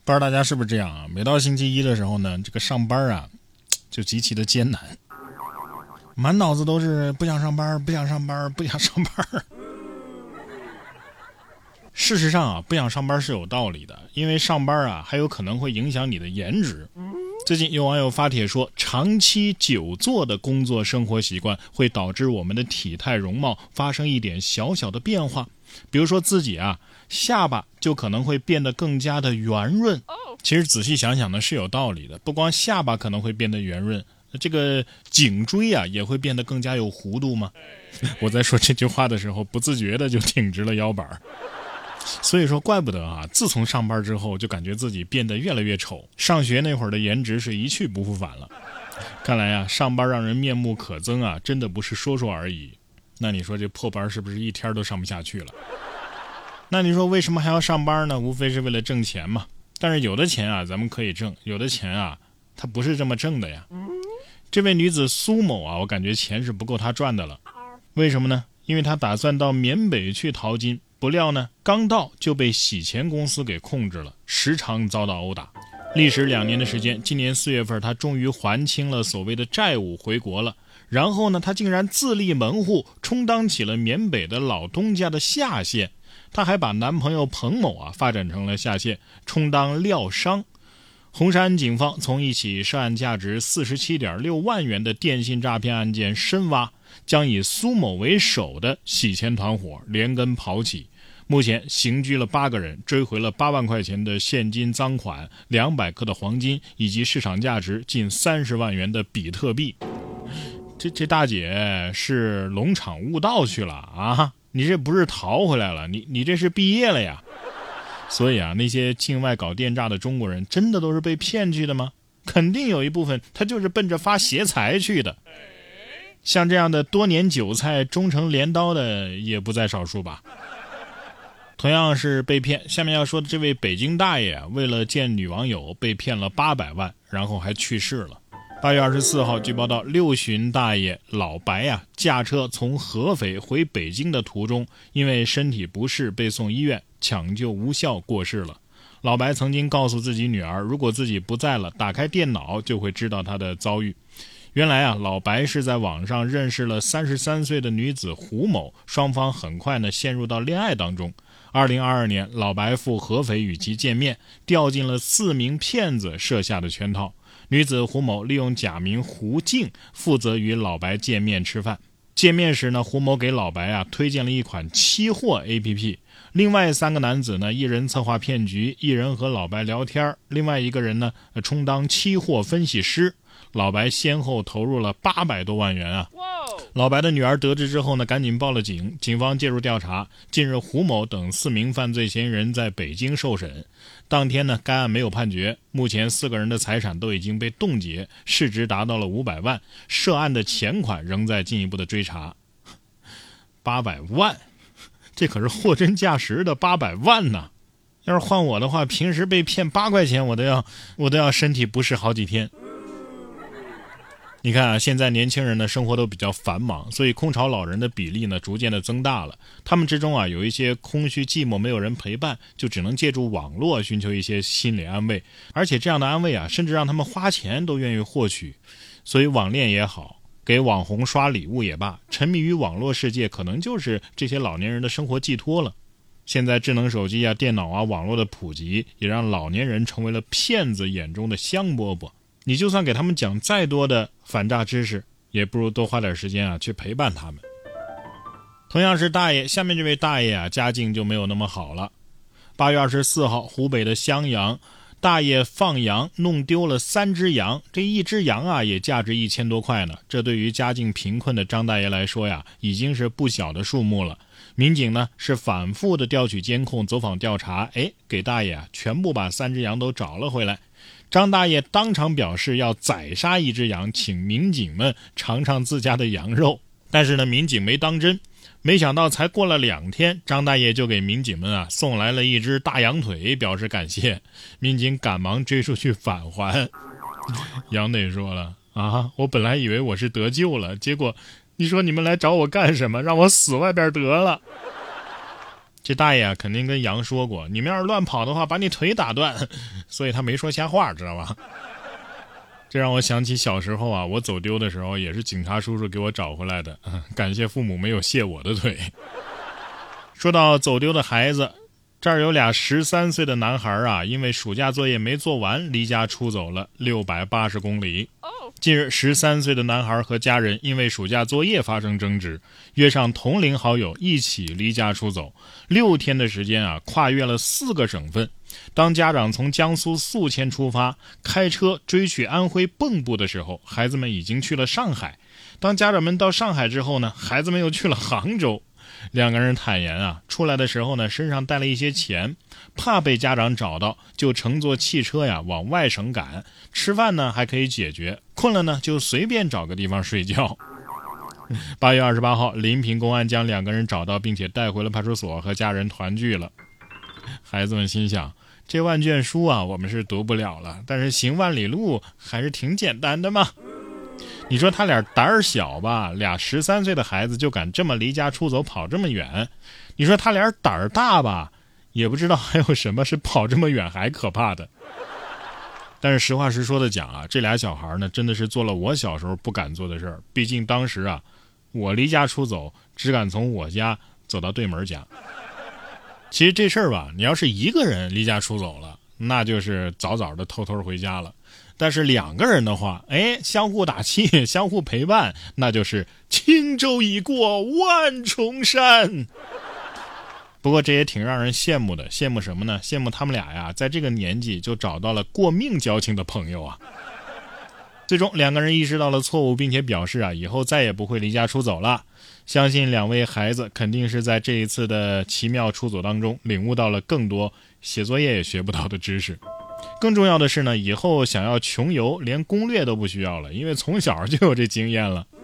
不知道大家是不是这样啊？每到星期一的时候呢，这个上班啊就极其的艰难，满脑子都是不想上班，不想上班，不想上班。事实上啊，不想上班是有道理的，因为上班啊还有可能会影响你的颜值。最近有网友发帖说，长期久坐的工作生活习惯会导致我们的体态容貌发生一点小小的变化，比如说自己啊下巴就可能会变得更加的圆润。其实仔细想想呢是有道理的，不光下巴可能会变得圆润，这个颈椎啊也会变得更加有弧度吗？我在说这句话的时候不自觉的就挺直了腰板。所以说怪不得啊，自从上班之后就感觉自己变得越来越丑，上学那会儿的颜值是一去不复返了。看来啊，上班让人面目可憎啊，真的不是说说而已。那你说这破班是不是一天都上不下去了？那你说为什么还要上班呢？无非是为了挣钱嘛。但是有的钱啊咱们可以挣，有的钱啊它不是这么挣的呀。这位女子苏某啊，我感觉钱是不够她赚的了。为什么呢？因为她打算到缅北去淘金，不料呢刚到就被洗钱公司给控制了，时常遭到殴打。历时2年的时间，今年4月份她终于还清了所谓的债务，回国了。然后呢她竟然自立门户，充当起了缅北的老东家的下线。她还把男朋友彭某啊发展成了下线，充当料商。红山警方从一起涉案价值47.6万元的电信诈骗案件深挖，将以苏某为首的洗钱团伙连根刨起。目前刑拘了8个人，追回了8万块钱的现金赃款、200克的黄金，以及市场价值近30万元的比特币。这大姐是农场悟道去了啊！你这不是逃回来了，你这是毕业了呀！所以啊，那些境外搞电诈的中国人真的都是被骗去的吗？肯定有一部分他就是奔着发邪财去的。像这样的多年韭菜终成镰刀的也不在少数吧。同样是被骗，下面要说的这位北京大爷啊，为了见女网友被骗了800万，然后还去世了。8月24号，据报道，6旬大爷老白啊，驾车从合肥回北京的途中，因为身体不适被送医院，抢救无效过世了。老白曾经告诉自己女儿，如果自己不在了，打开电脑就会知道他的遭遇。原来啊，老白是在网上认识了33岁的女子胡某，双方很快呢陷入到恋爱当中。2022年，老白赴合肥与其见面，掉进了4名骗子设下的圈套。女子胡某利用假名胡静，负责与老白见面吃饭。见面时呢，胡某给老白啊推荐了一款期货 APP。另外3个男子呢，一人策划骗局，一人和老白聊天，另外一个人呢充当期货分析师。老白先后投入了800多万元啊！老白的女儿得知之后呢，赶紧报了警，警方介入调查。近日，胡某等4名犯罪嫌疑人在北京受审。当天呢，该案没有判决。目前4个人的财产都已经被冻结，市值达到了500万，涉案的钱款仍在进一步的追查。800万，这可是货真价实的800万呢！要是换我的话，平时被骗8块钱，我都要身体不适好几天。你看啊，现在年轻人的生活都比较繁忙，所以空巢老人的比例呢逐渐的增大了。他们之中啊有一些空虚寂寞，没有人陪伴，就只能借助网络寻求一些心理安慰，而且这样的安慰啊，甚至让他们花钱都愿意获取。所以网恋也好，给网红刷礼物也罢，沉迷于网络世界可能就是这些老年人的生活寄托了。现在智能手机啊、电脑啊、网络的普及，也让老年人成为了骗子眼中的香饽饽。你就算给他们讲再多的反诈知识，也不如多花点时间啊去陪伴他们。同样是大爷，下面这位大爷啊家境就没有那么好了。8月24号，湖北的襄阳，大爷放羊弄丢了3只羊，这一只羊啊也价值1000多块呢。这对于家境贫困的张大爷来说呀，已经是不小的数目了。民警呢是反复的调取监控，走访调查，给大爷啊全部把3只羊都找了回来。张大爷当场表示要宰杀1只羊，请民警们尝尝自家的羊肉。但是呢，民警没当真，没想到才过了2天，张大爷就给民警们啊送来了1只大羊腿，表示感谢。民警赶忙追出去返还。羊腿说了啊，我本来以为我是得救了，结果你说你们来找我干什么？让我死外边得了。 这大爷啊肯定跟羊说过，你们要是乱跑的话把你腿打断，所以他没说瞎话，知道吧？这让我想起小时候啊，我走丢的时候也是警察叔叔给我找回来的，感谢父母没有卸我的腿。说到走丢的孩子，这儿有俩13岁的男孩啊，因为暑假作业没做完，离家出走了680公里。近日13岁的男孩和家人因为暑假作业发生争执，约上同龄好友一起离家出走，6天的时间啊，跨越了4个省份。当家长从江苏宿迁出发，开车追去安徽蚌埠的时候，孩子们已经去了上海。当家长们到上海之后呢，孩子们又去了杭州。两个人坦言啊，出来的时候呢，身上带了一些钱，怕被家长找到，就乘坐汽车呀往外省赶。吃饭呢还可以解决，困了呢就随便找个地方睡觉。8月28号，临平公安将两个人找到，并且带回了派出所，和家人团聚了。孩子们心想，这万卷书啊，我们是读不了了，但是行万里路还是挺简单的嘛。你说他俩胆儿小吧，俩13岁的孩子就敢这么离家出走，跑这么远。你说他俩胆儿大吧，也不知道还有什么是跑这么远还可怕的。但是实话实说的讲啊，这俩小孩呢，真的是做了我小时候不敢做的事儿。毕竟当时啊，我离家出走只敢从我家走到对门家。其实这事儿吧，你要是一个人离家出走了，那就是早早的偷偷回家了。但是两个人的话，相互打气，相互陪伴，那就是轻舟已过万重山。不过这也挺让人羡慕的，羡慕什么呢？羡慕他们俩呀，在这个年纪就找到了过命交情的朋友啊。最终两个人意识到了错误，并且表示啊，以后再也不会离家出走了。相信两位孩子肯定是在这一次的奇妙出走当中领悟到了更多写作业也学不到的知识。更重要的是呢，以后想要穷游连攻略都不需要了，因为从小就有这经验了。